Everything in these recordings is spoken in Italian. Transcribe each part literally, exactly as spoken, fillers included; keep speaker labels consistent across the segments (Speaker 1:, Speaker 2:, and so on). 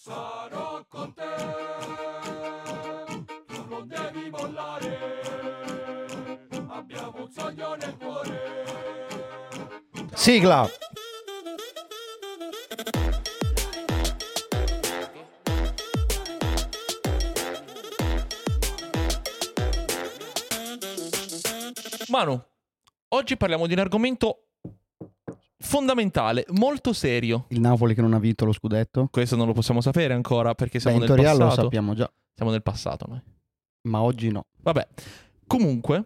Speaker 1: Sarò con te, tu non devi mollare, abbiamo un sogno nel cuore.
Speaker 2: Sigla.
Speaker 3: Manu, oggi parliamo di un argomento fondamentale, molto serio.
Speaker 2: Il Napoli che non ha vinto lo scudetto?
Speaker 3: Questo non lo possiamo sapere ancora perché siamo
Speaker 2: Beh, in
Speaker 3: nel
Speaker 2: teoria
Speaker 3: passato.
Speaker 2: lo sappiamo già.
Speaker 3: Siamo nel passato noi.
Speaker 2: Ma oggi no.
Speaker 3: Vabbè, comunque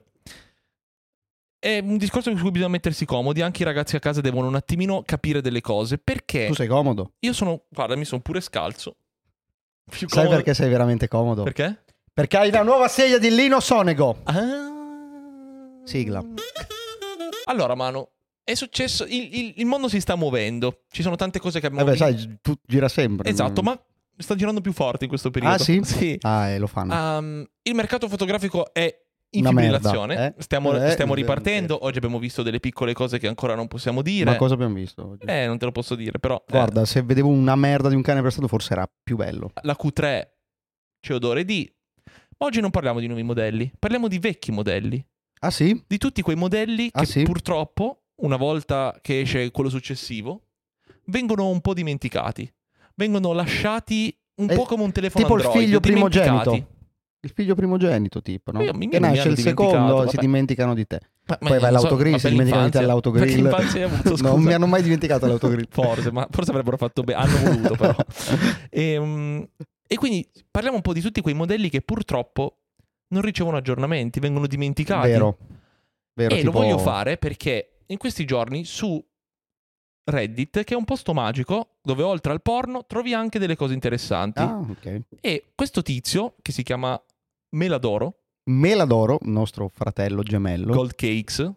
Speaker 3: è un discorso su cui bisogna mettersi comodi. Anche i ragazzi a casa devono un attimino capire delle cose. Perché
Speaker 2: Tu sei comodo?
Speaker 3: io sono, guarda, mi sono pure scalzo. Più
Speaker 2: Sai
Speaker 3: comodo-
Speaker 2: perché sei veramente comodo?
Speaker 3: Perché?
Speaker 2: Perché hai la nuova sedia di Lino Sonego.
Speaker 3: Ah.
Speaker 2: Sigla.
Speaker 3: Allora, Manu, è successo. Il, il- il mondo si sta muovendo. Ci sono tante cose che abbiamo
Speaker 2: Vabbè,
Speaker 3: visto.
Speaker 2: sai, tu gira sempre.
Speaker 3: Esatto, ma sta girando più forte in questo periodo.
Speaker 2: Ah, sì?
Speaker 3: Sì.
Speaker 2: Ah, eh, lo fanno.
Speaker 3: Um, il mercato fotografico è in
Speaker 2: Una
Speaker 3: fibrillazione.
Speaker 2: merda, eh?
Speaker 3: Stiamo,
Speaker 2: Eh,
Speaker 3: stiamo
Speaker 2: eh,
Speaker 3: ripartendo.
Speaker 2: eh.
Speaker 3: Oggi abbiamo visto delle piccole cose che ancora non possiamo dire.
Speaker 2: Ma cosa abbiamo visto oggi?
Speaker 3: Eh, non te lo posso dire, però. eh,
Speaker 2: Guarda, se vedevo una merda di un cane per stato forse era più bello.
Speaker 3: la Q tre c'è odore di. Ma oggi non parliamo di nuovi modelli, parliamo di vecchi modelli.
Speaker 2: Ah sì?
Speaker 3: Di tutti quei modelli
Speaker 2: Ah,
Speaker 3: che
Speaker 2: sì?
Speaker 3: purtroppo, una volta che esce quello successivo, vengono un po' dimenticati. Vengono lasciati un
Speaker 2: Eh,
Speaker 3: po' come un telefono
Speaker 2: tipo il
Speaker 3: Android,
Speaker 2: figlio
Speaker 3: dimenticati.
Speaker 2: primogenito. Il figlio primogenito, tipo, no?
Speaker 3: Io- mi-
Speaker 2: che
Speaker 3: mi
Speaker 2: nasce
Speaker 3: hanno
Speaker 2: il secondo
Speaker 3: dimenticato,
Speaker 2: e si
Speaker 3: vabbè.
Speaker 2: dimenticano di te.
Speaker 3: Ma- ma
Speaker 2: Poi vai
Speaker 3: non so,
Speaker 2: all'autogrill,
Speaker 3: ma
Speaker 2: si
Speaker 3: per
Speaker 2: dimenticano di te
Speaker 3: l'infanzia-
Speaker 2: all'autogrill.
Speaker 3: Ma che infanzia hai avuto, scusa?
Speaker 2: Non mi hanno mai dimenticato all'autogrill.
Speaker 3: Forse, ma forse avrebbero fatto bene. Hanno voluto, però. E, mm, e quindi parliamo un po' di tutti quei modelli che purtroppo non ricevono aggiornamenti, vengono dimenticati.
Speaker 2: Vero. Vero,
Speaker 3: E
Speaker 2: tipo...
Speaker 3: lo voglio fare perché in questi giorni su Reddit, che è un posto magico, dove oltre al porno trovi anche delle cose interessanti.
Speaker 2: Ah, ok.
Speaker 3: E questo tizio, che si chiama Meladoro,
Speaker 2: Meladoro, nostro fratello gemello.
Speaker 3: Gold Cakes,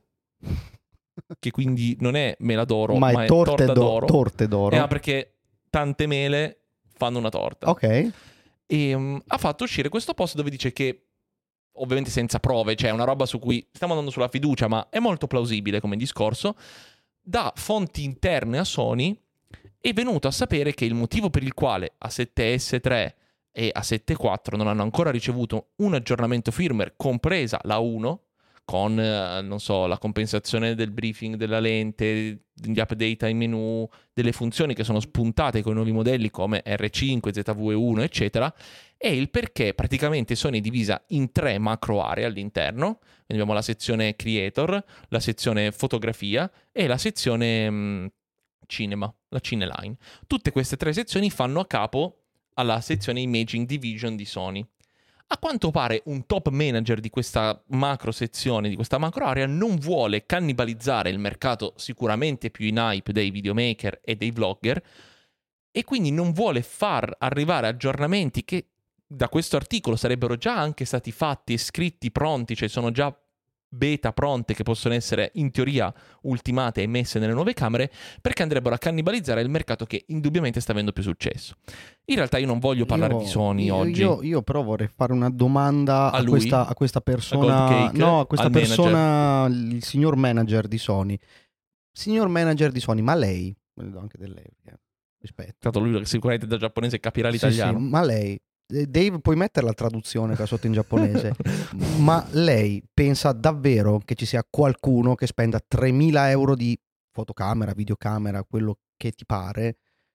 Speaker 3: che quindi non è meladoro,
Speaker 2: ma
Speaker 3: ma
Speaker 2: è
Speaker 3: è
Speaker 2: torte,
Speaker 3: torta
Speaker 2: do-
Speaker 3: d'oro.
Speaker 2: torte d'oro.
Speaker 3: Eh, ma perché tante mele fanno una torta.
Speaker 2: Ok.
Speaker 3: E um, ha fatto uscire questo post dove dice che, ovviamente senza prove, cioè una roba su cui stiamo andando sulla fiducia, ma è molto plausibile come discorso, da fonti interne a Sony è venuto a sapere che il motivo per il quale A sette S tre e A sette quattro non hanno ancora ricevuto un aggiornamento firmware, compresa la uno, con, eh, non so, la compensazione del briefing della lente, gli update ai menu, delle funzioni che sono spuntate con i nuovi modelli come R cinque, Z V E uno, eccetera, è il perché praticamente Sony è divisa in tre macro aree all'interno. Quindi abbiamo la sezione creator, la sezione fotografia e la sezione mh, cinema, la Cineline. Tutte queste tre sezioni fanno a capo alla sezione Imaging Division di Sony. A quanto pare un top manager di questa macro sezione, di questa macro area, non vuole cannibalizzare il mercato sicuramente più in hype dei videomaker e dei vlogger e quindi non vuole far arrivare aggiornamenti che da questo articolo sarebbero già anche stati fatti e scritti pronti, cioè sono già beta pronte che possono essere in teoria ultimate e messe nelle nuove camere, perché andrebbero a cannibalizzare il mercato che indubbiamente sta avendo più successo. In realtà io non voglio parlare
Speaker 2: Io-
Speaker 3: di Sony
Speaker 2: io,
Speaker 3: oggi.
Speaker 2: Io, io però vorrei fare una domanda
Speaker 3: A
Speaker 2: a,
Speaker 3: lui?
Speaker 2: questa, a questa
Speaker 3: A
Speaker 2: persona.
Speaker 3: Gold Cake?
Speaker 2: No, a questa
Speaker 3: Al
Speaker 2: persona, il signor manager di Sony. Signor manager di Sony, ma lei, le do anche del lei, perché rispetto.
Speaker 3: Tanto lui sicuramente da giapponese capirà
Speaker 2: Sì,
Speaker 3: l'italiano.
Speaker 2: sì, ma lei, eh, Dave, puoi mettere la traduzione qua sotto in giapponese? Ma lei pensa davvero che ci sia qualcuno che spenda tremila euro di fotocamera, videocamera, quello che ti pare,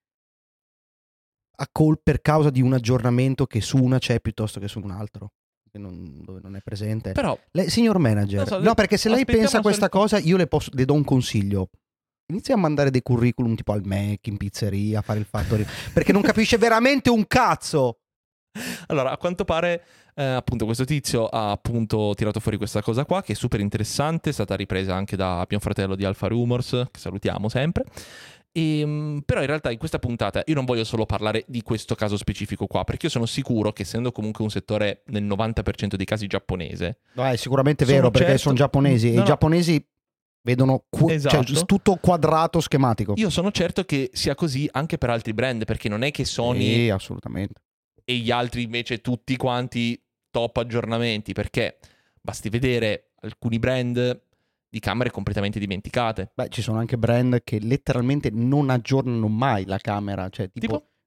Speaker 2: a col per causa di un aggiornamento che su una c'è piuttosto che su un altro, che non, dove non è presente?
Speaker 3: Però
Speaker 2: Lei, signor manager,
Speaker 3: Non so,
Speaker 2: no,
Speaker 3: le-
Speaker 2: perché se lei
Speaker 3: aspettiamo
Speaker 2: pensa a questa
Speaker 3: solo-
Speaker 2: cosa, io le, posso, le do un consiglio. Inizia a mandare dei curriculum tipo al Mac, in pizzeria, a fare il fattory, perché non capisce veramente un cazzo.
Speaker 3: allora, a quanto pare, eh, appunto, questo tizio ha appunto tirato fuori questa cosa qua, che è super interessante, è stata ripresa anche da mio fratello di Alpha Rumors, che salutiamo sempre. E, mh, però in realtà in questa puntata io non voglio solo parlare di questo caso specifico qua, perché io sono sicuro che, essendo comunque un settore nel novanta per cento dei casi giapponese,
Speaker 2: No, è sicuramente
Speaker 3: Sono
Speaker 2: vero, perché
Speaker 3: certo-
Speaker 2: sono giapponesi e
Speaker 3: No,
Speaker 2: i
Speaker 3: no.
Speaker 2: giapponesi vedono qu-
Speaker 3: Esatto.
Speaker 2: cioè, tutto quadrato schematico.
Speaker 3: io sono certo che sia così anche per altri brand, perché non è che Sony
Speaker 2: Sì, assolutamente.
Speaker 3: e gli altri invece tutti quanti top aggiornamenti, perché basti vedere alcuni brand di camere completamente dimenticate.
Speaker 2: Beh, ci sono anche brand che letteralmente non aggiornano mai la camera, cioè tipo,
Speaker 3: Tipo?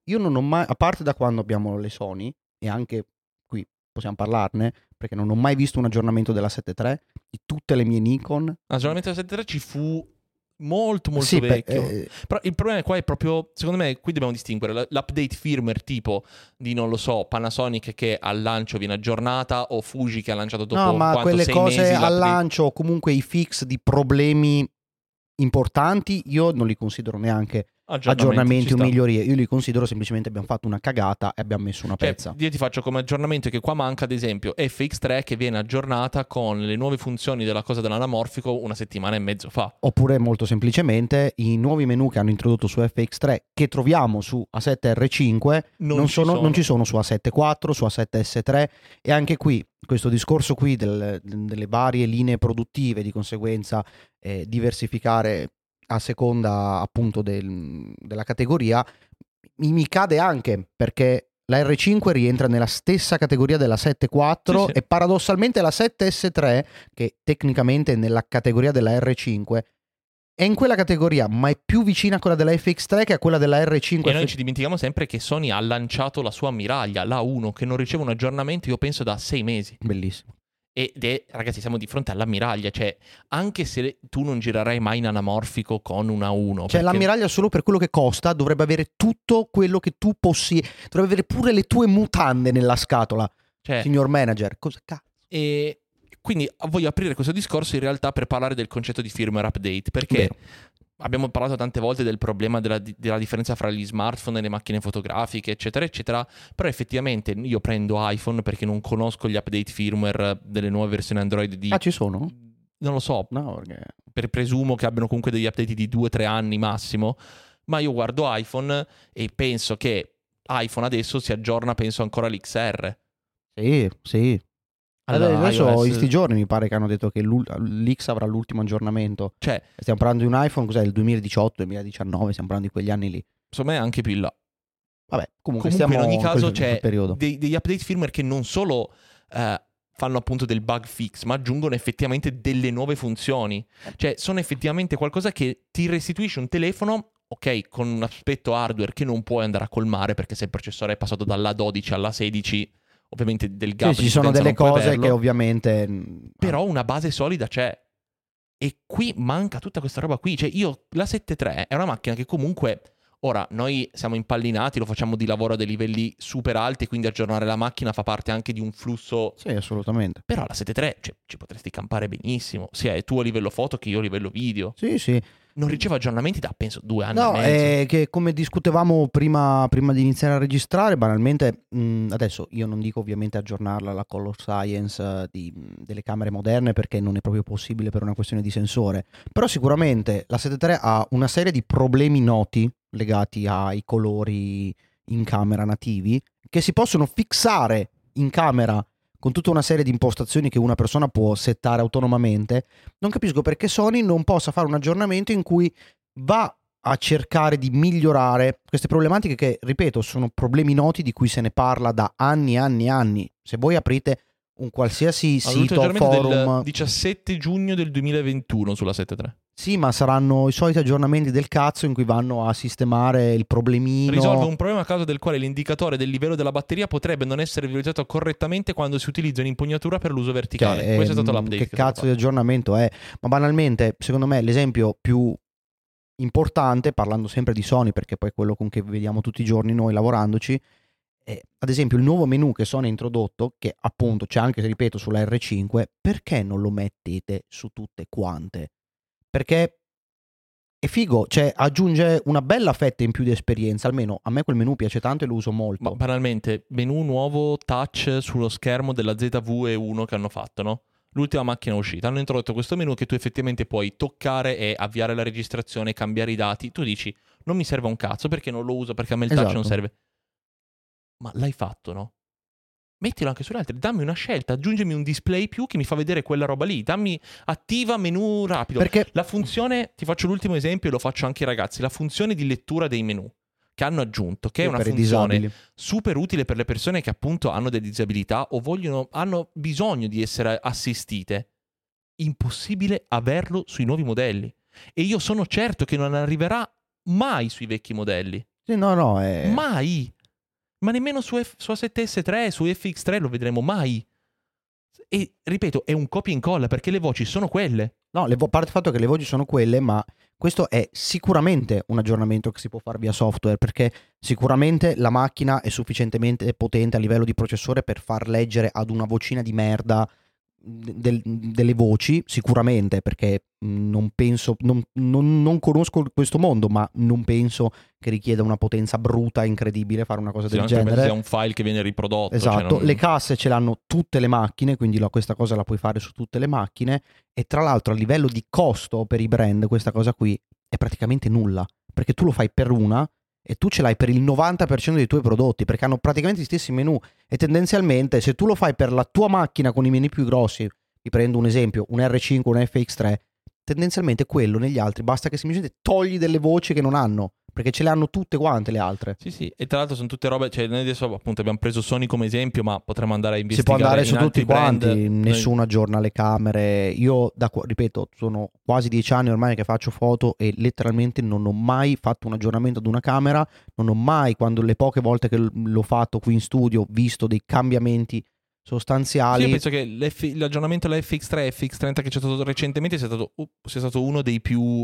Speaker 2: io non ho mai, a parte da quando abbiamo le Sony, e anche qui possiamo parlarne, perché non ho mai visto un aggiornamento della sette tre di tutte le mie Nikon.
Speaker 3: Aggiornamento della sette tre ci fu molto molto
Speaker 2: Sì, beh,
Speaker 3: vecchio.
Speaker 2: eh,
Speaker 3: Però il problema qua è proprio, secondo me, qui dobbiamo distinguere l- l'update firmware tipo di, non lo so, Panasonic che al lancio viene aggiornata o Fuji che ha lanciato dopo
Speaker 2: no, ma
Speaker 3: quanto,
Speaker 2: quelle
Speaker 3: sei
Speaker 2: cose
Speaker 3: mesi
Speaker 2: al
Speaker 3: l'update.
Speaker 2: lancio o comunque i fix di problemi importanti, io non li considero neanche aggiornamenti
Speaker 3: ci
Speaker 2: o
Speaker 3: sta.
Speaker 2: migliorie, io li considero semplicemente abbiamo fatto una cagata e abbiamo messo una
Speaker 3: Cioè,
Speaker 2: pezza.
Speaker 3: io ti faccio come aggiornamento che qua manca, ad esempio, F X tre che viene aggiornata con le nuove funzioni della cosa dell'anamorfico una settimana e mezzo fa.
Speaker 2: Oppure molto semplicemente i nuovi menu che hanno introdotto su F X tre che troviamo su A sette R cinque
Speaker 3: Non
Speaker 2: non,
Speaker 3: ci
Speaker 2: sono,
Speaker 3: sono.
Speaker 2: non ci sono su A sette quattro, su A sette S tre, e anche qui questo discorso qui del- delle varie linee produttive, di conseguenza eh, diversificare a seconda appunto del- della categoria, mi, mi cade anche perché la R cinque rientra nella stessa categoria della sette quattro
Speaker 3: Sì, sì.
Speaker 2: e paradossalmente la sette S tre, che tecnicamente è nella categoria della R cinque, è in quella categoria, ma è più vicina a quella della F X tre che a quella della R cinque.
Speaker 3: E noi ci dimentichiamo sempre che Sony ha lanciato la sua ammiraglia, la uno, che non riceve un aggiornamento, io penso, da sei mesi.
Speaker 2: Bellissimo.
Speaker 3: Ed è, ragazzi, siamo di fronte all'ammiraglia, cioè, anche se tu non girerai mai in anamorfico con una uno.
Speaker 2: Cioè
Speaker 3: perché-
Speaker 2: l'ammiraglia solo per quello che costa dovrebbe avere tutto quello che tu possiedi, dovrebbe avere pure le tue mutande nella scatola,
Speaker 3: cioè,
Speaker 2: signor manager. Cosa cazzo?
Speaker 3: e quindi voglio aprire questo discorso in realtà per parlare del concetto di firmware update, perché
Speaker 2: Vero.
Speaker 3: abbiamo parlato tante volte del problema della, della differenza fra gli smartphone e le macchine fotografiche, eccetera, eccetera. Però effettivamente io prendo iPhone perché non conosco gli update firmware delle nuove versioni Android di...
Speaker 2: Ah, ci sono?
Speaker 3: Non lo so,
Speaker 2: No, perché...
Speaker 3: per, presumo che abbiano comunque degli update di due tre anni massimo, ma io guardo iPhone e penso che iPhone adesso si aggiorna, penso ancora l'X R.
Speaker 2: Sì, sì.
Speaker 3: Allora,
Speaker 2: Adesso
Speaker 3: iOS-
Speaker 2: in sti giorni mi pare che hanno detto che l'ul- l'X avrà l'ultimo aggiornamento.
Speaker 3: Cioè,
Speaker 2: Stiamo parlando di un iPhone, cos'è, il duemiladiciotto duemiladiciannove, stiamo parlando di quegli anni lì.
Speaker 3: secondo me anche più in là.
Speaker 2: Vabbè, comunque,
Speaker 3: Comunque
Speaker 2: stiamo
Speaker 3: in ogni caso
Speaker 2: quel- quel
Speaker 3: c'è
Speaker 2: periodo.
Speaker 3: dei- degli update firmware che non solo eh, fanno appunto del bug fix, ma aggiungono effettivamente delle nuove funzioni. Cioè, sono effettivamente qualcosa che ti restituisce un telefono, ok, con un aspetto hardware che non puoi andare a colmare, perché se il processore è passato dalla dodici alla sedici, ovviamente del gap
Speaker 2: Sì,
Speaker 3: di
Speaker 2: ci sono
Speaker 3: potenza
Speaker 2: delle
Speaker 3: non puoi
Speaker 2: cose
Speaker 3: averlo,
Speaker 2: che ovviamente... mh,
Speaker 3: però una base solida c'è. E qui manca tutta questa roba qui. Cioè, io, la sette tre è una macchina che comunque... Ora, noi siamo impallinati, lo facciamo di lavoro a dei livelli super alti, quindi aggiornare la macchina fa parte anche di un flusso.
Speaker 2: Sì, assolutamente.
Speaker 3: Però la sette tre, cioè, ci potresti campare benissimo, sia tu a livello foto che io a livello video.
Speaker 2: Sì, sì.
Speaker 3: Non ricevo aggiornamenti da, penso, due anni
Speaker 2: No,
Speaker 3: e mezzo.
Speaker 2: è che come discutevamo prima, prima di iniziare a registrare, banalmente, mh, adesso io non dico ovviamente aggiornarla alla color science eh, di- delle camere moderne perché non è proprio possibile per una questione di sensore, però sicuramente la sette tre ha una serie di problemi noti legati ai colori in camera nativi che si possono fissare in camera con tutta una serie di impostazioni che una persona può settare autonomamente. Non capisco perché Sony non possa fare un aggiornamento in cui va a cercare di migliorare queste problematiche che, ripeto, sono problemi noti di cui se ne parla da anni e anni e anni. Se voi aprite un qualsiasi
Speaker 3: Allora, l'ultimo
Speaker 2: sito,
Speaker 3: aggiornamento
Speaker 2: forum...
Speaker 3: del diciassette giugno del duemilaventuno sulla sette tre.
Speaker 2: Sì, ma saranno i soliti aggiornamenti del cazzo in cui vanno a sistemare il problemino.
Speaker 3: Risolve un problema a causa del quale l'indicatore del livello della batteria potrebbe non essere visualizzato correttamente quando si utilizza un'impugnatura per l'uso verticale.
Speaker 2: Cioè,
Speaker 3: Questo è stato
Speaker 2: ehm,
Speaker 3: l'update.
Speaker 2: Che
Speaker 3: è stato
Speaker 2: cazzo di aggiornamento è? Ma banalmente, secondo me, l'esempio più importante, parlando sempre di Sony, perché poi è quello con che vediamo tutti i giorni noi lavorandoci, è, ad esempio, il nuovo menu che Sony ha introdotto, che appunto c'è anche, ripeto, sulla R cinque, perché non lo mettete su tutte quante? Perché è figo, cioè aggiunge una bella fetta in più di esperienza, almeno a me quel menu piace tanto e lo uso molto.
Speaker 3: Ma banalmente, menu nuovo touch sullo schermo della Z V E uno che hanno fatto, no? L'ultima macchina uscita. Hanno introdotto questo menu che tu effettivamente puoi toccare e avviare la registrazione, cambiare i dati. Tu dici, non mi serve un cazzo perché non lo uso, perché a me il touch
Speaker 2: Esatto.
Speaker 3: non serve. Ma l'hai fatto, no? Mettilo anche sulle altre, dammi una scelta, aggiungimi un display più che mi fa vedere quella roba lì, dammi attiva menu rapido.
Speaker 2: Perché
Speaker 3: La funzione, ti faccio l'ultimo esempio e lo faccio anche ai ragazzi, la funzione di lettura dei menu che hanno aggiunto, che è una
Speaker 2: per i
Speaker 3: funzione
Speaker 2: disabili.
Speaker 3: super utile per le persone che appunto hanno delle disabilità o vogliono, hanno bisogno di essere assistite. Impossibile averlo sui nuovi modelli. E io sono certo che non arriverà mai sui vecchi modelli.
Speaker 2: Sì, no, no, è...
Speaker 3: Mai. Ma nemmeno su, F- su A sette S tre, su F X tre lo vedremo mai. E ripeto, è un copia e incolla perché le voci sono quelle.
Speaker 2: No, le vo- a parte il fatto che le voci sono quelle, ma questo è sicuramente un aggiornamento che si può fare via software, perché sicuramente la macchina è sufficientemente potente a livello di processore per far leggere ad una vocina di merda del- delle voci, sicuramente, perché mh, non penso, non, non- non conosco questo mondo, ma non penso che richieda una potenza bruta incredibile fare una cosa
Speaker 3: Se
Speaker 2: del
Speaker 3: anche
Speaker 2: genere.
Speaker 3: se è un file che viene riprodotto.
Speaker 2: Esatto,
Speaker 3: cioè non-
Speaker 2: le casse ce l'hanno tutte le macchine, quindi la- questa cosa la puoi fare su tutte le macchine, e tra l'altro a livello di costo per i brand questa cosa qui è praticamente nulla, perché tu lo fai per una e tu ce l'hai per il novanta per cento dei tuoi prodotti, perché hanno praticamente gli stessi menu, e tendenzialmente se tu lo fai per la tua macchina con i menu più grossi, vi prendo un esempio, un R cinque, un F X tre, tendenzialmente quello negli altri basta che semplicemente togli delle voci che non hanno, perché ce le hanno tutte quante le altre.
Speaker 3: Sì, sì, e tra l'altro sono tutte robe, cioè noi adesso appunto abbiamo preso Sony come esempio, ma potremmo andare a
Speaker 2: Si può
Speaker 3: investigare
Speaker 2: andare
Speaker 3: in
Speaker 2: su
Speaker 3: altri
Speaker 2: tutti quanti,
Speaker 3: brand.
Speaker 2: nessuno aggiorna le camere. Io, da, qua- ripeto, sono quasi dieci anni ormai che faccio foto e letteralmente non ho mai fatto un aggiornamento ad una camera, non ho mai, quando le poche volte che l- l'ho fatto qui in studio, visto dei cambiamenti
Speaker 3: Sì,
Speaker 2: sostanziali.
Speaker 3: io penso che l'F- l'aggiornamento alla F X tre e F X trenta che c'è stato recentemente sia stato, uh, sia stato uno dei più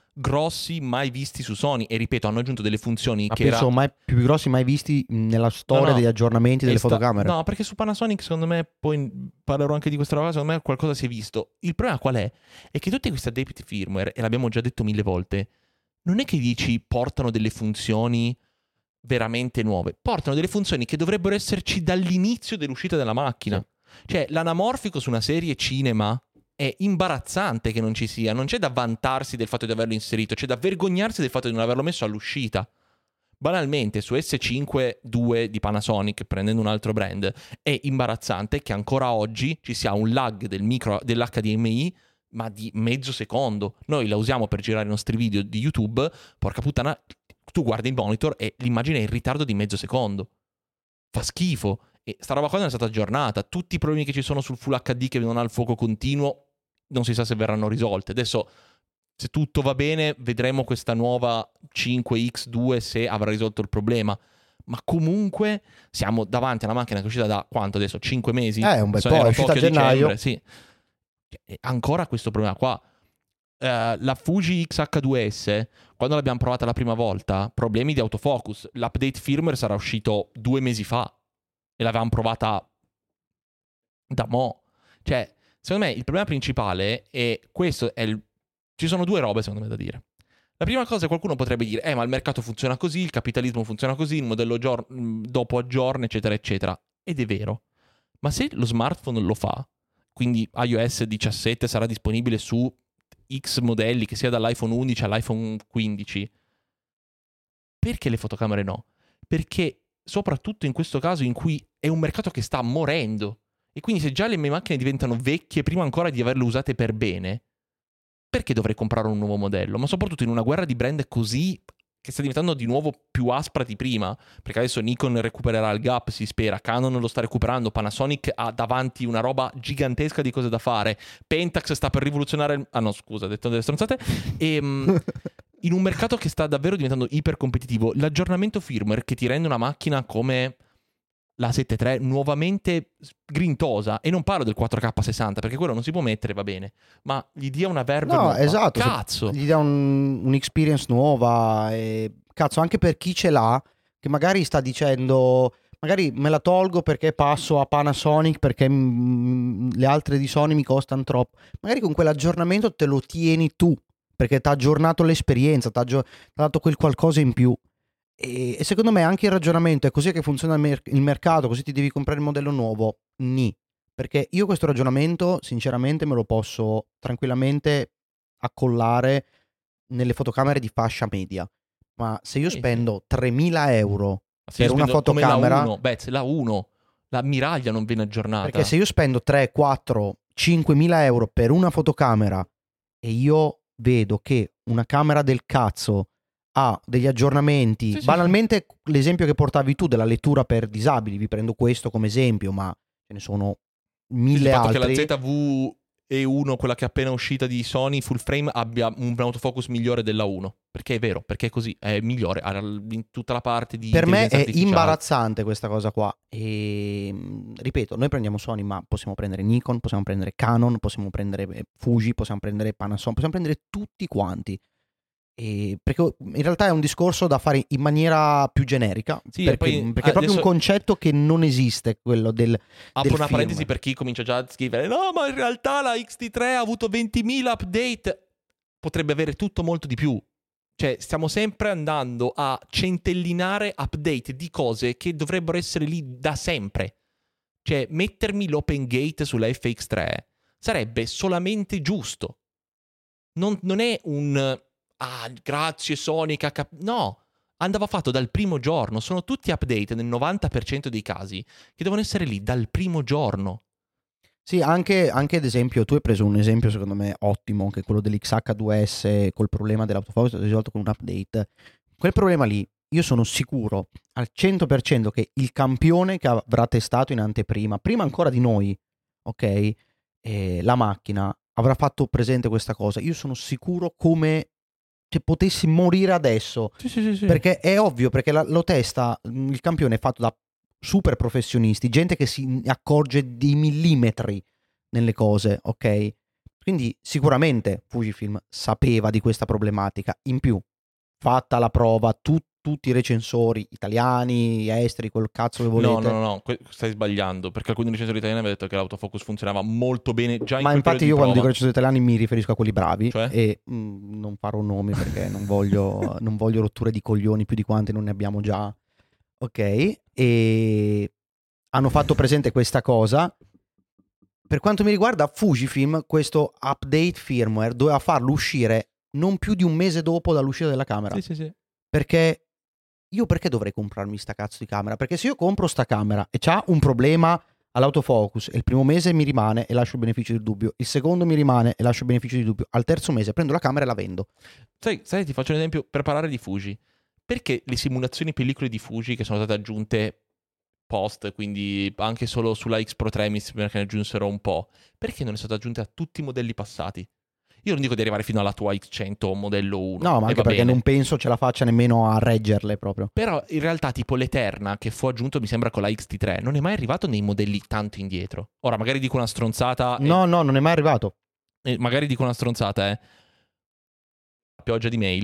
Speaker 3: grossi mai visti su Sony, e ripeto hanno aggiunto delle funzioni
Speaker 2: Ma
Speaker 3: che
Speaker 2: penso
Speaker 3: era...
Speaker 2: mai più grossi mai visti nella storia
Speaker 3: No, no,
Speaker 2: degli aggiornamenti delle
Speaker 3: è sta-
Speaker 2: fotocamere.
Speaker 3: No, perché su Panasonic secondo me, poi parlerò anche di questa roba, secondo me qualcosa si è visto. Il problema qual è? È che tutti questi update firmware, e l'abbiamo già detto mille volte, non è che dici portano delle funzioni veramente nuove, portano delle funzioni che dovrebbero esserci dall'inizio dell'uscita della macchina. Cioè, l'anamorfico su una serie cinema è imbarazzante che non ci sia, non c'è da vantarsi del fatto di averlo inserito, c'è da vergognarsi del fatto di non averlo messo all'uscita. Banalmente, su S cinque due di Panasonic, prendendo un altro brand, è imbarazzante che ancora oggi ci sia un lag del micro, dell'H D M I, ma di mezzo secondo. Noi la usiamo per girare i nostri video di YouTube, porca puttana, tu guardi il monitor e l'immagine è in ritardo di mezzo secondo. Fa schifo. E sta roba qua non è stata aggiornata. Tutti i problemi che ci sono sul Full H D che non ha il fuoco continuo, non si sa se verranno risolti. Adesso, se tutto va bene, vedremo questa nuova cinque X due se avrà risolto il problema. Ma comunque siamo davanti a una macchina che è uscita da quanto adesso? cinque mesi?
Speaker 2: Eh, un bel
Speaker 3: Era
Speaker 2: po', è uscita a
Speaker 3: Tokyo
Speaker 2: gennaio.
Speaker 3: dicembre, sì. E ancora questo problema qua. Eh, la Fuji X H due S, quando l'abbiamo provata la prima volta, problemi di autofocus. L'update firmware sarà uscito due mesi fa e l'avevamo provata da mo'. Cioè, secondo me il problema principale è questo. È il... Ci sono due robe secondo me da dire. La prima cosa è qualcuno potrebbe dire, eh ma il mercato funziona così, il capitalismo funziona così, il modello gior- dopo aggiorna, eccetera, eccetera. Ed è vero. Ma se lo smartphone lo fa, quindi iOS diciassette sarà disponibile su X modelli, che sia dall'iPhone undici all'iPhone quindici, perché le fotocamere no? Perché soprattutto in questo caso in cui è un mercato che sta morendo, e quindi se già le mie macchine diventano vecchie prima ancora di averle usate per bene, perché dovrei comprare un nuovo modello? Ma soprattutto in una guerra di brand così, che sta diventando di nuovo più aspra di prima, perché adesso Nikon recupererà il gap, si spera, Canon lo sta recuperando, Panasonic ha davanti una roba gigantesca di cose da fare, Pentax sta per rivoluzionare il... ah no scusa, ho detto delle stronzate, e in un mercato che sta davvero diventando iper competitivo, l'aggiornamento firmware che ti rende una macchina come la sette tre nuovamente grintosa, e non parlo del quattro K sessanta perché quello non si può mettere, va bene, ma gli dia una verve
Speaker 2: No,
Speaker 3: nuova.
Speaker 2: esatto.
Speaker 3: Cazzo,
Speaker 2: Gli dà un, un'experience nuova. E, cazzo, anche per chi ce l'ha, che magari sta dicendo, magari me la tolgo perché passo a Panasonic perché mm, le altre di Sony mi costano troppo. Magari con quell'aggiornamento te lo tieni tu, perché ti ha aggiornato l'esperienza, ti ha aggior- t'ha dato quel qualcosa in più. E, e secondo me anche il ragionamento è così che funziona il, mer- il mercato, così ti devi comprare il modello nuovo. Ni. Perché io questo ragionamento, sinceramente, me lo posso tranquillamente accollare nelle fotocamere di fascia media. Ma se io
Speaker 3: Sì,
Speaker 2: spendo tremila euro
Speaker 3: se io
Speaker 2: per una
Speaker 3: spendo come
Speaker 2: fotocamera,
Speaker 3: la uno, beh, se la uno, la miraglia non viene aggiornata.
Speaker 2: perché se io spendo tre, quattro, cinquemila euro per una fotocamera e io vedo che una camera del cazzo ha degli aggiornamenti,
Speaker 3: Sì, sì,
Speaker 2: banalmente l'esempio che portavi tu della lettura per disabili, vi prendo questo come esempio, ma ce ne sono
Speaker 3: Sì, sì,
Speaker 2: mille
Speaker 3: il fatto
Speaker 2: altri.
Speaker 3: che la Z V E uno, quella che è appena uscita di Sony full frame, abbia un autofocus migliore della uno. Perché è vero, perché è così, è migliore ha in tutta la parte di
Speaker 2: Per me
Speaker 3: intelligenza
Speaker 2: è
Speaker 3: artificiale.
Speaker 2: imbarazzante questa cosa qua. E mh, ripeto, noi prendiamo Sony, ma possiamo prendere Nikon, possiamo prendere Canon, possiamo prendere eh, Fuji, possiamo prendere Panasonic, possiamo prendere tutti quanti. E perché in realtà è un discorso da fare in maniera più generica,
Speaker 3: Sì, e
Speaker 2: perché,
Speaker 3: poi,
Speaker 2: perché è proprio
Speaker 3: adesso-
Speaker 2: un concetto che non esiste, quello del,
Speaker 3: Apro
Speaker 2: del
Speaker 3: una
Speaker 2: film.
Speaker 3: parentesi per chi comincia già a scrivere: no, ma in realtà la X T tre ha avuto ventimila update. Potrebbe avere tutto molto di più. Cioè, stiamo sempre andando a centellinare update di cose che dovrebbero essere lì da sempre. Cioè, mettermi l'open gate sulla F X tre sarebbe solamente giusto. Non, non è un ah, grazie Sony che ha cap-". No, andava fatto dal primo giorno. Sono tutti update nel novanta per cento dei casi che devono essere lì dal primo giorno.
Speaker 2: Sì, anche, anche ad esempio, tu hai preso un esempio secondo me ottimo, che è quello dell'X H due S col problema dell'autofocus risolto con un update. Quel problema lì, io sono sicuro al cento per cento che il campione che avrà testato in anteprima, prima ancora di noi, ok, eh, la macchina avrà fatto presente questa cosa. Io sono sicuro come se potessi morire adesso.
Speaker 3: Sì, sì, sì, sì.
Speaker 2: Perché è ovvio, perché la- lo testa, mh, il campione è fatto da super professionisti, gente che si accorge di millimetri nelle cose, ok? Quindi sicuramente Fujifilm sapeva di questa problematica. In più, fatta la prova, tu- tutti i recensori italiani, esteri, quel cazzo che volete.
Speaker 3: No, no, no, no, que- stai sbagliando, perché alcuni recensori italiani avevano detto che l'autofocus funzionava molto bene già in
Speaker 2: Ma
Speaker 3: quel
Speaker 2: infatti
Speaker 3: periodo
Speaker 2: io
Speaker 3: di
Speaker 2: quando dico
Speaker 3: prova.
Speaker 2: recensori italiani mi riferisco a quelli bravi,
Speaker 3: Cioè?
Speaker 2: e mh, non farò nomi perché non voglio, non voglio rotture di coglioni più di quante non ne abbiamo già. Ok, e hanno fatto presente questa cosa. Per quanto mi riguarda, Fujifilm questo update firmware doveva farlo uscire non più di un mese dopo dall'uscita della camera.
Speaker 3: Sì, sì, sì.
Speaker 2: Perché io perché dovrei comprarmi sta cazzo di camera? Perché se io compro sta camera e c'ha un problema all'autofocus e il primo mese mi rimane e lascio il beneficio del dubbio, il secondo mi rimane e lascio il beneficio del dubbio, al terzo mese prendo la camera e la vendo.
Speaker 3: Sai, sai, ti faccio un esempio per parlare di Fuji. Perché le simulazioni pellicole di Fuji che sono state aggiunte post, quindi anche solo sulla X Pro tre mi sembra che ne aggiunsero un po', perché non è stata aggiunta a tutti i modelli passati? Io non dico di arrivare fino alla tua X cento modello uno.
Speaker 2: No, ma
Speaker 3: e
Speaker 2: anche
Speaker 3: va
Speaker 2: perché
Speaker 3: bene.
Speaker 2: non penso ce la faccia nemmeno a reggerle proprio.
Speaker 3: Però in realtà tipo l'Eterna che fu aggiunto mi sembra con la X T tre non è mai arrivato nei modelli tanto indietro. Ora magari dico una stronzata e-
Speaker 2: No, no, non è mai arrivato.
Speaker 3: e magari dico una stronzata, eh. Pioggia di mail.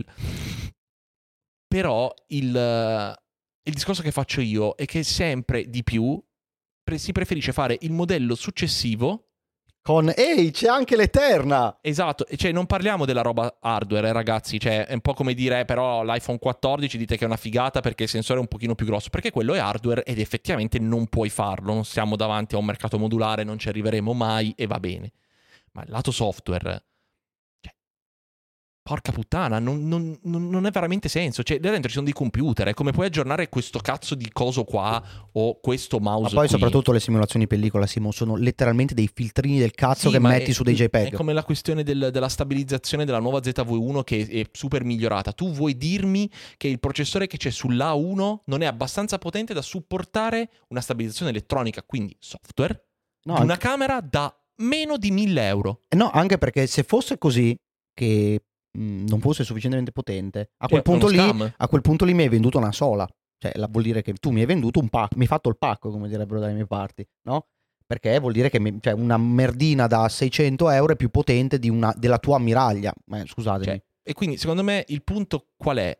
Speaker 3: Però il, il discorso che faccio io è che sempre di più pre- si preferisce fare il modello successivo.
Speaker 2: Con, ehi, c'è anche l'Eterna!
Speaker 3: Esatto, e cioè non parliamo della roba hardware, eh, ragazzi, cioè è un po' come dire, però l'iPhone quattordici dite che è una figata perché il sensore è un pochino più grosso, perché quello è hardware ed effettivamente non puoi farlo, non siamo davanti a un mercato modulare, non ci arriveremo mai e va bene. Ma il lato software, cioè, porca puttana, non, non- non- non è veramente senso, cioè là dentro ci sono dei computer, è come puoi aggiornare questo cazzo di coso qua o questo
Speaker 2: Ma
Speaker 3: mouse
Speaker 2: poi
Speaker 3: qui.
Speaker 2: soprattutto le simulazioni pellicola, Simo, sono letteralmente dei filtrini del cazzo
Speaker 3: Sì,
Speaker 2: che
Speaker 3: ma
Speaker 2: metti
Speaker 3: è-
Speaker 2: su dei JPEG.
Speaker 3: È come la questione del- della stabilizzazione della nuova Z V uno che è super migliorata. Tu vuoi dirmi che il processore che c'è sull'A uno non è abbastanza potente da supportare una stabilizzazione elettronica, quindi software,
Speaker 2: No,
Speaker 3: di una
Speaker 2: anche-
Speaker 3: camera da meno di mille euro?
Speaker 2: eh no, anche perché se fosse così, che mh, non fosse sufficientemente potente, a
Speaker 3: Cioè,
Speaker 2: quel
Speaker 3: è uno
Speaker 2: punto lì,
Speaker 3: scam.
Speaker 2: a quel punto lì mi hai venduto una sola. Cioè, la- vuol dire che tu mi hai venduto un pacco, mi hai fatto il pacco, come direbbero dalle mie parti, no? Perché vuol dire che mi- cioè, una merdina da seicento euro è più potente di una, della tua ammiraglia. Ma scusatemi.
Speaker 3: Cioè, e quindi secondo me il punto qual è?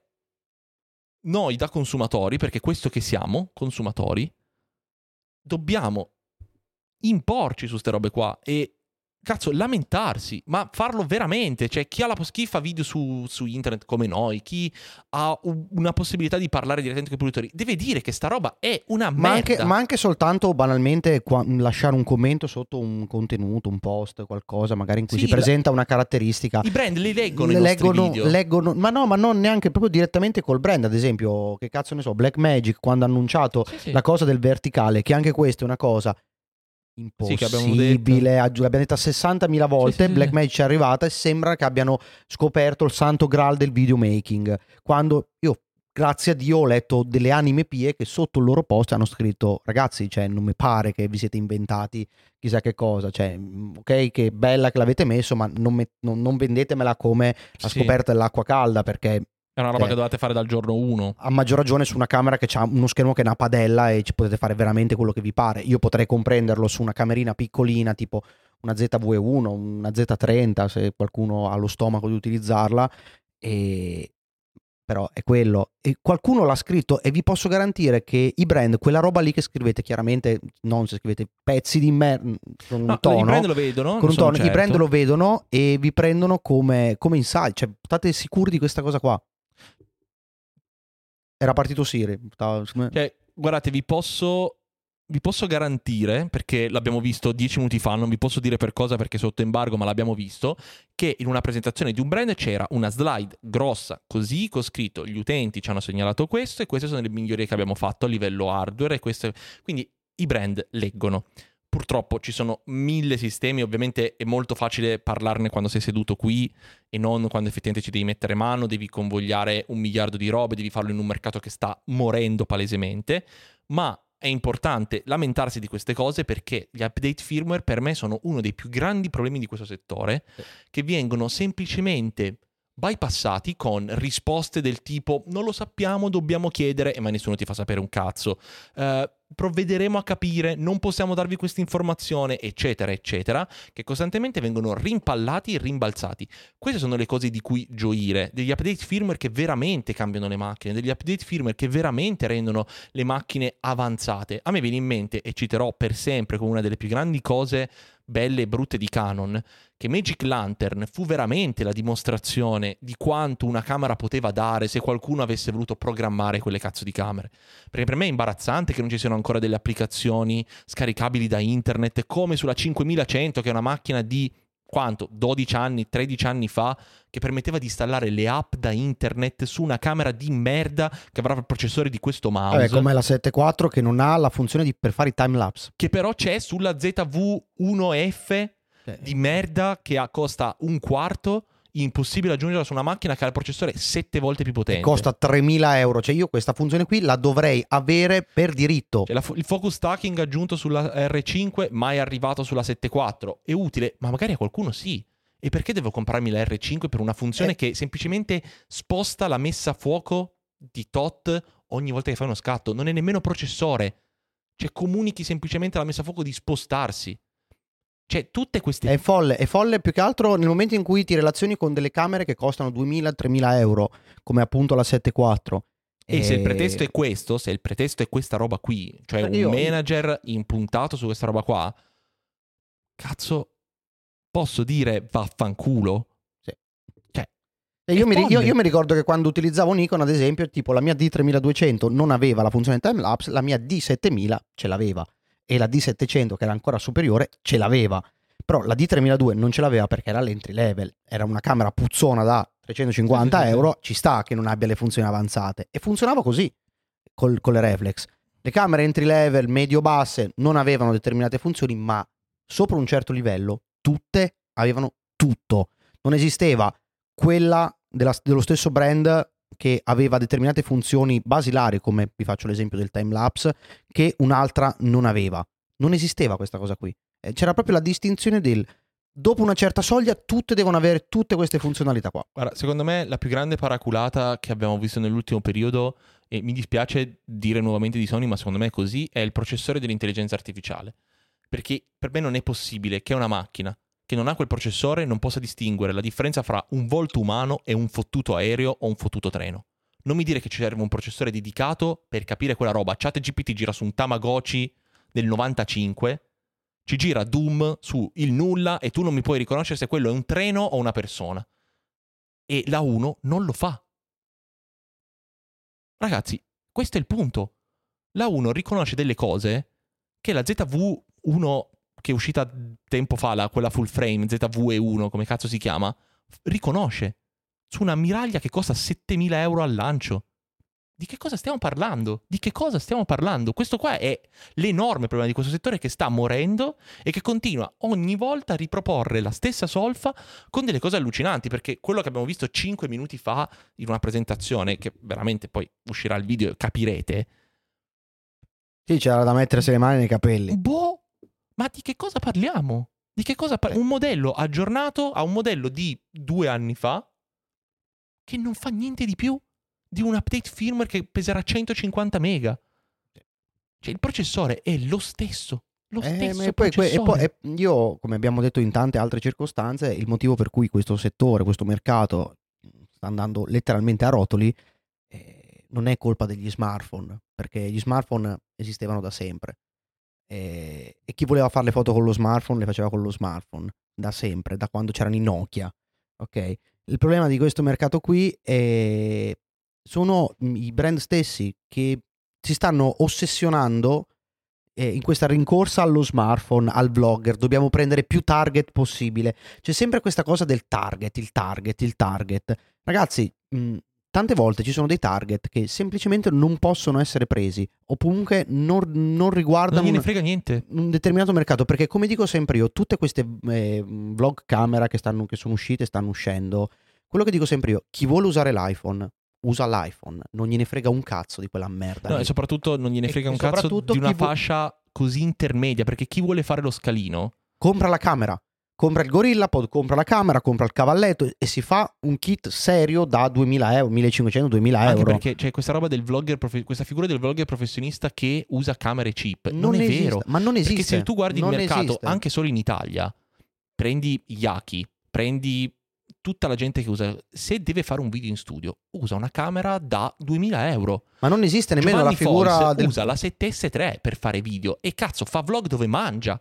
Speaker 3: Noi da consumatori, perché questo che siamo, consumatori, dobbiamo imporci su ste robe qua e cazzo lamentarsi, ma farlo veramente, cioè chi ha la pos- chi fa video su, su internet come noi, chi ha u- una possibilità di parlare direttamente con i produttori, deve dire che sta roba è una
Speaker 2: Ma
Speaker 3: merda.
Speaker 2: anche, ma anche soltanto banalmente qua- lasciare un commento sotto un contenuto, un post, qualcosa magari in cui
Speaker 3: Sì,
Speaker 2: si
Speaker 3: la-
Speaker 2: presenta una caratteristica.
Speaker 3: I brand li leggono
Speaker 2: Le
Speaker 3: i nostri
Speaker 2: leggono,
Speaker 3: video.
Speaker 2: leggono, ma no, ma non neanche proprio direttamente col brand. Ad esempio, che cazzo ne so, Blackmagic quando ha annunciato
Speaker 3: Sì, sì.
Speaker 2: la cosa del verticale, che anche questa è una cosa
Speaker 3: Sì, che abbiamo
Speaker 2: impossibile, aggi- l'abbiamo detta sessantamila volte.
Speaker 3: Sì, sì, sì,
Speaker 2: Blackmagic è arrivata e sembra che abbiano scoperto il santo graal del videomaking. Quando io grazie a Dio ho letto delle anime pie che sotto il loro post hanno scritto: ragazzi, cioè non mi pare che vi siete inventati chissà che cosa, cioè ok che bella che l'avete messo, ma non, me- non- non vendetemela come la
Speaker 3: Sì.
Speaker 2: scoperta dell'acqua calda, perché
Speaker 3: È una roba
Speaker 2: eh,
Speaker 3: che dovete fare dal giorno uno.
Speaker 2: a maggior ragione su una camera che ha uno schermo che è una padella e ci potete fare veramente quello che vi pare. Io potrei comprenderlo su una camerina piccolina tipo una Z V E uno, una Z trenta, se qualcuno ha lo stomaco di utilizzarla, e... però è quello. E qualcuno l'ha scritto e vi posso garantire che i brand, quella roba lì che scrivete, chiaramente non se scrivete pezzi di merda con un
Speaker 3: No,
Speaker 2: tono,
Speaker 3: i brand lo vedono,
Speaker 2: con
Speaker 3: non
Speaker 2: un
Speaker 3: sono
Speaker 2: tono, i brand
Speaker 3: certo.
Speaker 2: lo vedono e vi prendono come, come insight, cioè state sicuri di questa cosa qua. Era partito Siri. Stava-
Speaker 3: Cioè, guardate, vi posso, vi posso garantire, perché l'abbiamo visto dieci minuti fa, non vi posso dire per cosa perché è sotto embargo, ma l'abbiamo visto, che in una presentazione di un brand c'era una slide grossa, così, con scritto: gli utenti ci hanno segnalato questo e queste sono le migliorie che abbiamo fatto a livello hardware. E queste... Quindi i brand leggono. Purtroppo ci sono mille sistemi, ovviamente è molto facile parlarne quando sei seduto qui e non quando effettivamente ci devi mettere mano, devi convogliare un miliardo di robe, devi farlo in un mercato che sta morendo palesemente, ma è importante lamentarsi di queste cose perché gli update firmware per me sono uno dei più grandi problemi di questo settore, che vengono semplicemente bypassati con risposte del tipo: non lo sappiamo, dobbiamo chiedere, e ma nessuno ti fa sapere un cazzo. Uh, provvederemo a capire, non possiamo darvi questa informazione, eccetera eccetera, che costantemente vengono rimpallati e rimbalzati. Queste sono le cose di cui gioire, degli update firmware che veramente cambiano le macchine, degli update firmware che veramente rendono le macchine avanzate. A me viene in mente, e citerò per sempre come una delle più grandi cose belle e brutte di Canon, che Magic Lantern fu veramente la dimostrazione di quanto una camera poteva dare se qualcuno avesse voluto programmare quelle cazzo di camere. Perché per me è imbarazzante che non ci siano ancora delle applicazioni scaricabili da internet, come sulla cinquemilacento, che è una macchina di quanto? dodici anni, tredici anni fa, che permetteva di installare le app da internet su una camera di merda che avrà il processore di questo mouse.
Speaker 2: Vabbè, come la sette quattro che non ha la funzione di, per fare i time lapse.
Speaker 3: Che però c'è sulla Z V uno F di merda che ha, costa un quarto, impossibile aggiungerla su una macchina che ha il processore sette volte più potente.
Speaker 2: E costa tremila euro. Cioè io questa funzione qui la dovrei avere per diritto.
Speaker 3: Cioè, la, il focus stacking aggiunto sulla R cinque, mai arrivato sulla sette quattro. È utile, ma magari a qualcuno sì. E perché devo comprarmi la R cinque per una funzione eh. che semplicemente sposta la messa a fuoco di tot ogni volta che fai uno scatto? Non è nemmeno processore. Cioè comunichi semplicemente la messa a fuoco di spostarsi. Cioè tutte queste...
Speaker 2: È folle, è folle più che altro nel momento in cui ti relazioni con delle camere che costano duemila tremila euro, come appunto la sette quattro.
Speaker 3: E, e se il pretesto è questo, se il pretesto è questa roba qui, cioè un
Speaker 2: io...
Speaker 3: manager impuntato su questa roba qua, cazzo, posso dire vaffanculo?
Speaker 2: Sì.
Speaker 3: Cioè,
Speaker 2: io, mi, io, io mi ricordo che quando utilizzavo Nikon, ad esempio, tipo la mia D tremiladuecento non aveva la funzione time lapse, la mia D settemila ce l'aveva. E la D settecento, che era ancora superiore, ce l'aveva. Però la D tremiladuecento non ce l'aveva perché era l'entry level. Era una camera puzzona da trecentocinquanta
Speaker 3: sì, sì,
Speaker 2: euro.
Speaker 3: sì.
Speaker 2: Ci sta che non abbia le funzioni avanzate. E funzionava così col, con le reflex. Le camere entry level, medio-basse, non avevano determinate funzioni, ma sopra un certo livello tutte avevano tutto. Non esisteva quella della, dello stesso brand che aveva determinate funzioni basilari, come vi faccio l'esempio del time lapse, che un'altra non aveva. Non esisteva questa cosa qui. C'era proprio la distinzione del dopo una certa soglia tutte devono avere tutte queste funzionalità qua.
Speaker 3: Guarda, secondo me la più grande paraculata che abbiamo visto nell'ultimo periodo, e mi dispiace dire nuovamente di Sony, ma secondo me è così, è il processore dell'intelligenza artificiale. Perché per me non è possibile che una macchina che non ha quel processore non possa distinguere la differenza fra un volto umano e un fottuto aereo o un fottuto treno. Non mi dire che ci serve un processore dedicato per capire quella roba. ChatGPT gira su un Tamagotchi del novantacinque, ci gira Doom su il nulla e tu non mi puoi riconoscere se quello è un treno o una persona. E la uno non lo fa. Ragazzi, questo è il punto. La uno riconosce delle cose che la Z V uno che è uscita tempo fa, la, quella full frame, Z V E uno, come cazzo si chiama, riconosce su una miraglia che costa settemila euro al lancio. Di che cosa stiamo parlando? Di che cosa stiamo parlando? Questo qua è l'enorme problema di questo settore che sta morendo e che continua ogni volta a riproporre la stessa solfa con delle cose allucinanti, perché quello che abbiamo visto cinque minuti fa in una presentazione, che veramente poi uscirà il video e capirete.
Speaker 2: Sì, c'era da mettersi le mani nei capelli.
Speaker 3: Boh, ma di che cosa parliamo? Di che cosa parliamo? Un modello aggiornato a un modello di due anni fa che non fa niente di più di un update firmware che peserà centocinquanta mega. Cioè il processore è lo stesso, lo
Speaker 2: Eh,
Speaker 3: stesso
Speaker 2: ma e poi, que- e
Speaker 3: processore.
Speaker 2: poi- e io, come abbiamo detto in tante altre circostanze, il motivo per cui questo settore, questo mercato sta andando letteralmente a rotoli eh, non è colpa degli smartphone, perché gli smartphone esistevano da sempre. Eh, e chi voleva fare le foto con lo smartphone le faceva con lo smartphone da sempre, da quando c'erano i Nokia. Ok? Il problema di questo mercato qui è sono i brand stessi che si stanno ossessionando eh, in questa rincorsa allo smartphone, al vlogger. Dobbiamo prendere più target possibile. C'è sempre questa cosa del target, il target, il target. Ragazzi, mh, tante volte ci sono dei target che semplicemente non possono essere presi o comunque non, non riguardano
Speaker 3: Non gliene
Speaker 2: un,
Speaker 3: frega niente.
Speaker 2: un determinato mercato, perché come dico sempre io, tutte queste eh, vlog camera che, stanno, che sono uscite e stanno uscendo, quello che dico sempre io, chi vuole usare l'iPhone usa l'iPhone, non gliene frega un cazzo di quella merda
Speaker 3: No,
Speaker 2: lì.
Speaker 3: e soprattutto non gliene
Speaker 2: E-
Speaker 3: frega
Speaker 2: e
Speaker 3: un cazzo
Speaker 2: soprattutto
Speaker 3: di una
Speaker 2: chi vu-
Speaker 3: fascia così intermedia, perché chi vuole fare lo scalino
Speaker 2: Compra la camera, compra il GorillaPod, compra la camera, compra il cavalletto e si fa un kit serio da duemila euro, millecinquecento duemila
Speaker 3: anche
Speaker 2: euro.
Speaker 3: perché c'è questa roba del vlogger profe- questa figura del vlogger professionista che usa camere cheap. Non,
Speaker 2: Non
Speaker 3: è
Speaker 2: esiste,
Speaker 3: vero.
Speaker 2: ma non esiste.
Speaker 3: Perché se tu guardi
Speaker 2: non
Speaker 3: il mercato,
Speaker 2: esiste.
Speaker 3: anche solo in Italia, prendi Yaki, prendi tutta la gente che usa, se deve fare un video in studio, usa una camera da duemila euro.
Speaker 2: Ma non esiste nemmeno
Speaker 3: Giovanni
Speaker 2: la figura
Speaker 3: Foyce
Speaker 2: del...
Speaker 3: usa la sette S tre per fare video e cazzo fa vlog dove mangia.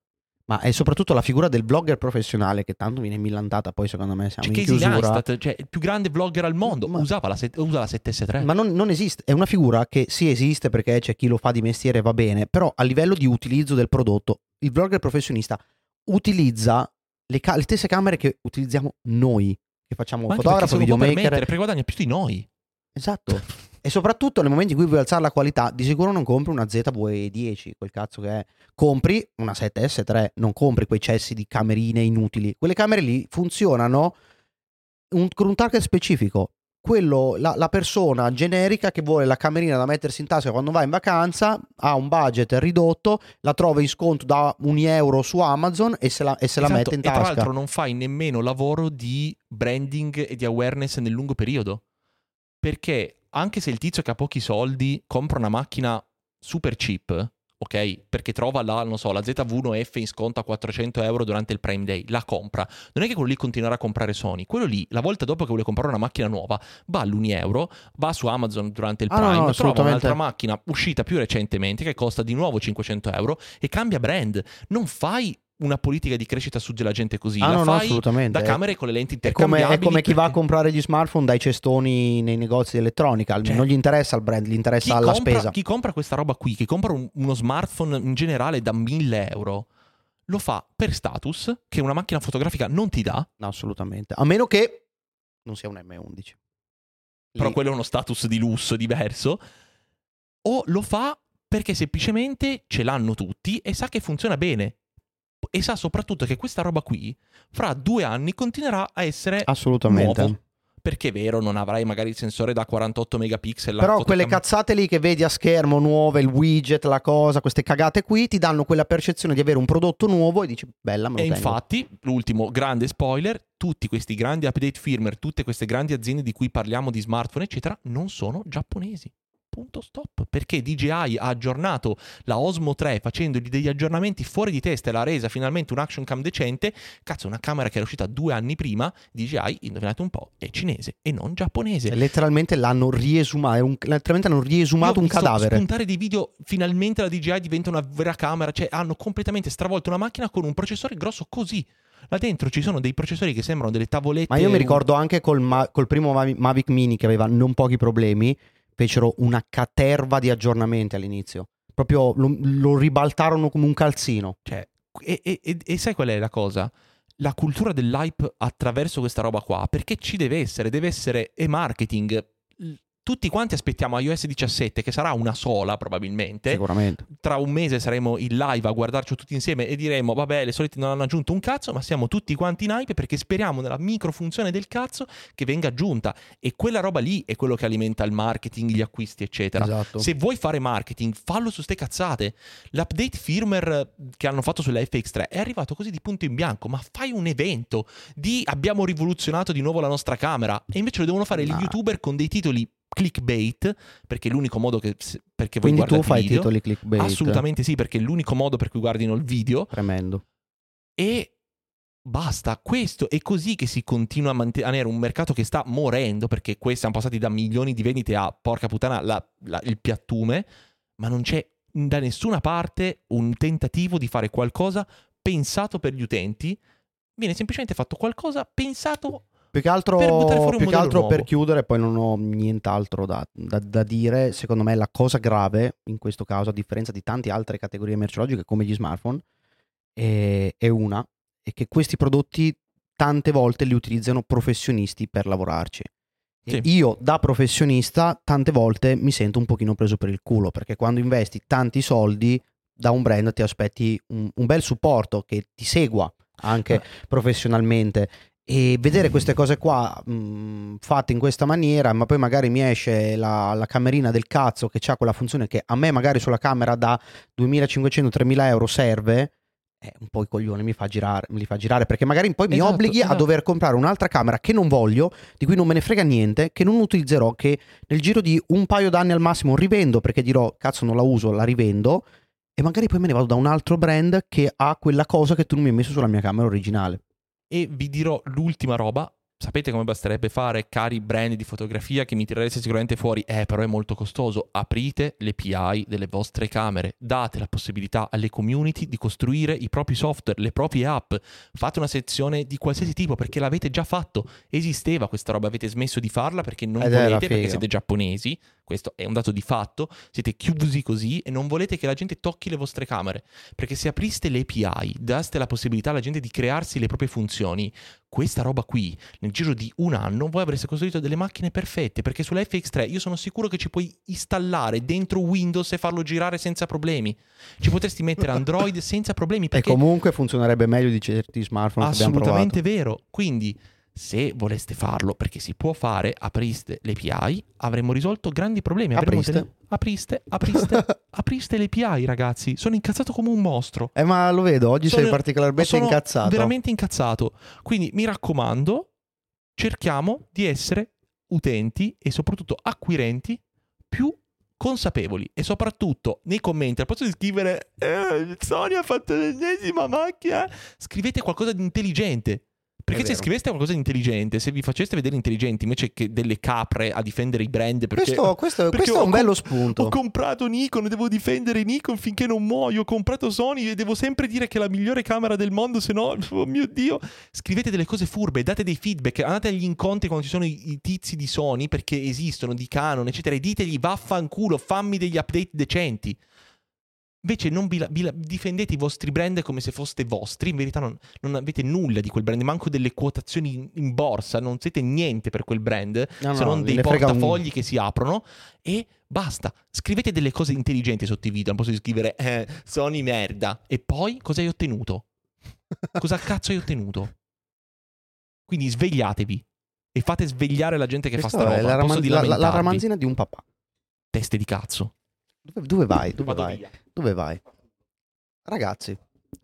Speaker 2: Ma è soprattutto la figura del blogger professionale che tanto viene millantata, poi secondo me siamo
Speaker 3: C'è
Speaker 2: in
Speaker 3: Casey
Speaker 2: chiusura.
Speaker 3: Neistat, cioè il più grande vlogger al mondo,
Speaker 2: Ma-
Speaker 3: usava la set- usa la sette S tre.
Speaker 2: Ma non, non esiste, è una figura che sì esiste perché c'è chi lo fa di mestiere, va bene, però a livello di utilizzo del prodotto, il blogger professionista utilizza le, ca- le stesse camere che utilizziamo noi, che facciamo
Speaker 3: Ma anche perché
Speaker 2: fotografo,
Speaker 3: se lo può
Speaker 2: videomaker.
Speaker 3: permettere, perché guadagna più di noi.
Speaker 2: Esatto. E soprattutto nel momento in cui vuoi alzare la qualità, di sicuro non compri una Z V dieci, quel cazzo che è. Compri una sette S tre, non compri quei cessi di camerine inutili. Quelle camere lì funzionano un- con un target specifico. Quello, la, la persona generica che vuole la camerina da mettersi in tasca quando va in vacanza, ha un budget ridotto, la trova in sconto da un euro su Amazon e se la, e se la
Speaker 3: Esatto,
Speaker 2: mette in
Speaker 3: e tra
Speaker 2: tasca.
Speaker 3: l'altro non fai nemmeno lavoro di branding e di awareness nel lungo periodo. Perché anche se il tizio che ha pochi soldi compra una macchina super cheap, ok? Perché trova la, non so, la Z V uno F in sconto a quattrocento euro durante il Prime Day, la compra. Non è che quello lì continuerà a comprare Sony. Quello lì, la volta dopo che vuole comprare una macchina nuova, va all'un euro, va su Amazon durante il
Speaker 2: Ah, no,
Speaker 3: Prime,
Speaker 2: no,
Speaker 3: trova
Speaker 2: assolutamente.
Speaker 3: un'altra macchina uscita più recentemente che costa di nuovo cinquecento euro e cambia brand. Non fai una politica di crescita su della gente così,
Speaker 2: Ah,
Speaker 3: la
Speaker 2: no, no,
Speaker 3: fai
Speaker 2: assolutamente.
Speaker 3: da camere con le lenti
Speaker 2: È come,
Speaker 3: intercambiabili.
Speaker 2: è come chi va a
Speaker 3: perché-
Speaker 2: comprare gli smartphone dai cestoni nei negozi di elettronica.
Speaker 3: Cioè,
Speaker 2: non gli interessa il brand, gli interessa
Speaker 3: chi
Speaker 2: la
Speaker 3: compra,
Speaker 2: spesa.
Speaker 3: chi compra questa roba qui, chi compra un- uno smartphone in generale da mille euro, lo fa per status che una macchina fotografica non ti dà,
Speaker 2: No, assolutamente. A meno che non sia un M undici.
Speaker 3: però
Speaker 2: Lì-
Speaker 3: quello è uno status di lusso diverso, o lo fa perché semplicemente ce l'hanno tutti e sa che funziona bene. E sa soprattutto che questa roba qui, fra due anni, continuerà a essere
Speaker 2: Assolutamente.
Speaker 3: nuovo. Perché è vero, non avrai magari il sensore da quarantotto megapixel. la
Speaker 2: Però
Speaker 3: fotocamera-
Speaker 2: quelle cazzate lì che vedi a schermo nuove, il widget, la cosa, queste cagate qui ti danno quella percezione di avere un prodotto nuovo e dici bella, me lo
Speaker 3: E
Speaker 2: tengo.
Speaker 3: infatti, l'ultimo grande spoiler, tutti questi grandi update firmware, tutte queste grandi aziende di cui parliamo di smartphone, eccetera, non sono giapponesi. Punto stop. Perché D J I ha aggiornato la Osmo tre facendogli degli aggiornamenti fuori di testa e l'ha resa finalmente un action cam decente. Cazzo, una camera che era uscita due anni prima, D J I, indovinate un po', è cinese e non giapponese.
Speaker 2: Cioè, letteralmente l'hanno riesumato, è un- letteralmente hanno riesumato
Speaker 3: Io ho
Speaker 2: un
Speaker 3: visto
Speaker 2: cadavere.
Speaker 3: spuntare dei video, finalmente la D J I diventa una vera camera, cioè hanno completamente stravolto una macchina con un processore grosso così. Là dentro ci sono dei processori che sembrano delle tavolette.
Speaker 2: Ma io mi ricordo anche col, ma- col primo Mavi- Mavic Mini che aveva non pochi problemi, fecero una caterva di aggiornamenti all'inizio. Proprio lo, lo ribaltarono come un calzino.
Speaker 3: Cioè, e, e- e- e sai qual è la cosa? La cultura dell'hype attraverso questa roba qua, perché ci deve essere, deve essere e marketing. Tu tutti quanti aspettiamo iOS diciassette, che sarà una sola probabilmente.
Speaker 2: Sicuramente.
Speaker 3: Tra un mese saremo in live a guardarci tutti insieme e diremo vabbè, le solite non hanno aggiunto un cazzo, ma siamo tutti quanti in hype perché speriamo nella microfunzione del cazzo che venga aggiunta, e quella roba lì è quello che alimenta il marketing, gli acquisti eccetera.
Speaker 2: Esatto.
Speaker 3: Se vuoi fare marketing, fallo su ste cazzate. L'update firmware che hanno fatto sulla F X tre è arrivato così di punto in bianco, ma fai un evento di abbiamo rivoluzionato di nuovo la nostra camera, e invece lo devono fare
Speaker 2: Ma-
Speaker 3: gli youtuber con dei titoli clickbait, perché è l'unico modo che perché voi
Speaker 2: Quindi tu
Speaker 3: guardate
Speaker 2: fai
Speaker 3: video.
Speaker 2: titoli clickbait.
Speaker 3: Assolutamente sì, perché è l'unico modo per cui guardino il video,
Speaker 2: Tremendo.
Speaker 3: e basta. Questo è così che si continua a mantenere un mercato che sta morendo, perché qui siamo passati da milioni di vendite a porca puttana la- la- il piattume, ma non c'è da nessuna parte un tentativo di fare qualcosa pensato per gli utenti. Viene semplicemente fatto qualcosa pensato.
Speaker 2: Più che altro,
Speaker 3: Per buttare fuori un
Speaker 2: più che
Speaker 3: modello
Speaker 2: altro
Speaker 3: nuovo.
Speaker 2: per chiudere, poi non ho nient'altro da, da- da dire. Secondo me la cosa grave in questo caso, a differenza di tante altre categorie merceologiche come gli smartphone, è, è una, è che questi prodotti tante volte li utilizzano professionisti per lavorarci. E
Speaker 3: Sì.
Speaker 2: io da professionista tante volte mi sento un pochino preso per il culo, perché quando investi tanti soldi da un brand ti aspetti un, un bel supporto che ti segua anche
Speaker 3: Eh.
Speaker 2: professionalmente. E vedere queste cose qua mh, fatte in questa maniera, ma poi magari mi esce la, la camerina del cazzo che ha quella funzione che a me magari sulla camera da duemilacinquecento tremila euro serve, eh, un po' i coglioni mi fa girare, mi li fa girare, perché magari poi mi
Speaker 3: Esatto,
Speaker 2: obblighi a
Speaker 3: esatto.
Speaker 2: dover comprare un'altra camera che non voglio, di cui non me ne frega niente, che non utilizzerò, che nel giro di un paio d'anni al massimo rivendo, perché dirò cazzo non la uso, la rivendo, e magari poi me ne vado da un altro brand che ha quella cosa che tu non mi hai messo sulla mia camera originale.
Speaker 3: E vi dirò l'ultima roba. Sapete come basterebbe fare, cari brand di fotografia che mi tirereste sicuramente fuori? Eh, però è molto costoso. Aprite le P I delle vostre camere. Date la possibilità alle community di costruire i propri software, le proprie app. Fate una sezione di qualsiasi tipo, perché l'avete già fatto. Esisteva questa roba, avete smesso di farla perché non
Speaker 2: Ed era
Speaker 3: volete, perché
Speaker 2: figa.
Speaker 3: siete giapponesi. Questo è un dato di fatto. Siete chiusi così e non volete che la gente tocchi le vostre camere. Perché se apriste le A P I, daste la possibilità alla gente di crearsi le proprie funzioni, questa roba qui, nel giro di un anno, voi avreste costruito delle macchine perfette, perché sulla F X tre io sono sicuro che ci puoi installare dentro Windows e farlo girare senza problemi. Ci potresti mettere Android senza problemi,
Speaker 2: E
Speaker 3: perché
Speaker 2: comunque funzionerebbe meglio di certi smartphone che abbiamo provato.
Speaker 3: assolutamente vero. Quindi, se voleste farlo, perché si può fare, apriste le A P I, avremmo risolto grandi problemi. Avremmo
Speaker 2: Apriste.
Speaker 3: delle- Apriste, apriste, apriste le A P I, ragazzi. Sono incazzato come un mostro.
Speaker 2: Eh, ma lo vedo, oggi
Speaker 3: Sono-
Speaker 2: sei particolarmente
Speaker 3: sono
Speaker 2: incazzato.
Speaker 3: veramente incazzato. Quindi mi raccomando, cerchiamo di essere utenti e soprattutto acquirenti più consapevoli, e soprattutto nei commenti, al posto di scrivere eh, Sony ha fatto l'ennesima macchina, scrivete qualcosa di intelligente. Perché
Speaker 2: È
Speaker 3: se
Speaker 2: vero.
Speaker 3: scriveste qualcosa di intelligente, se vi faceste vedere intelligenti invece che delle capre a difendere i brand, perché
Speaker 2: Questo, questo-
Speaker 3: perché
Speaker 2: questo è
Speaker 3: ho
Speaker 2: un
Speaker 3: com-
Speaker 2: bello spunto.
Speaker 3: ho comprato Nikon e devo difendere Nikon finché non muoio. Ho comprato Sony e devo sempre dire che è la migliore camera del mondo, se no, oh mio Dio. Scrivete delle cose furbe, date dei feedback, andate agli incontri quando ci sono i, i tizi di Sony, perché esistono, di Canon, eccetera, e ditegli vaffanculo, fammi degli update decenti. Invece non vi, la- vi la- difendete i vostri brand come se foste vostri. In verità non, non avete nulla di quel brand, manco delle quotazioni in, in borsa, non siete niente per quel brand,
Speaker 2: No,
Speaker 3: se
Speaker 2: no,
Speaker 3: non dei
Speaker 2: gliene frega un-
Speaker 3: portafogli che si aprono, e basta. Scrivete delle cose intelligenti sotto i video, non posso scrivere eh, Sony merda. E poi cosa hai ottenuto? Cosa cazzo hai ottenuto? Quindi svegliatevi e fate svegliare la gente che
Speaker 2: Questo
Speaker 3: fa sta
Speaker 2: è
Speaker 3: roba.
Speaker 2: la,
Speaker 3: Al posto
Speaker 2: raman-
Speaker 3: di
Speaker 2: la- la- la
Speaker 3: lamentarvi.
Speaker 2: ramanzina di un papà.
Speaker 3: Teste di cazzo.
Speaker 2: Dove, dove vai? Dove
Speaker 3: Vado
Speaker 2: vai?
Speaker 3: via.
Speaker 2: Dove vai? Ragazzi,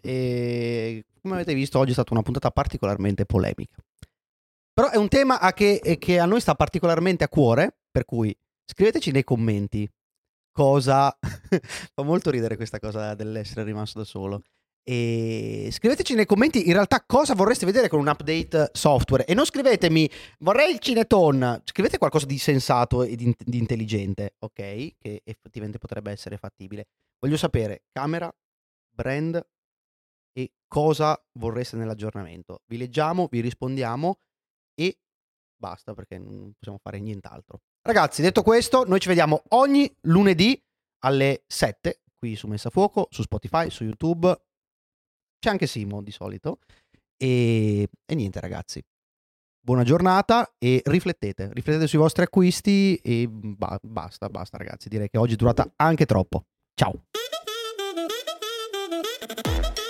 Speaker 2: e come avete visto oggi è stata una puntata particolarmente polemica. Però è un tema a che, e che a noi sta particolarmente a cuore, per cui scriveteci nei commenti cosa... Fa molto ridere questa cosa dell'essere rimasto da solo. E scriveteci nei commenti in realtà cosa vorreste vedere con un update software, e non scrivetemi vorrei il Cineton, scrivete qualcosa di sensato e di, di intelligente, ok? Che effettivamente potrebbe essere fattibile. Voglio sapere camera, brand e cosa vorreste nell'aggiornamento. Vi leggiamo, vi rispondiamo e basta, perché non possiamo fare nient'altro. Ragazzi, detto questo, noi ci vediamo ogni lunedì alle sette qui su Messa Fuoco, su Spotify, su YouTube. C'è anche Simo di solito. E, e niente, ragazzi. buona giornata e riflettete, riflettete sui vostri acquisti e ba- basta, basta ragazzi, direi che oggi è durata anche troppo. Ciao.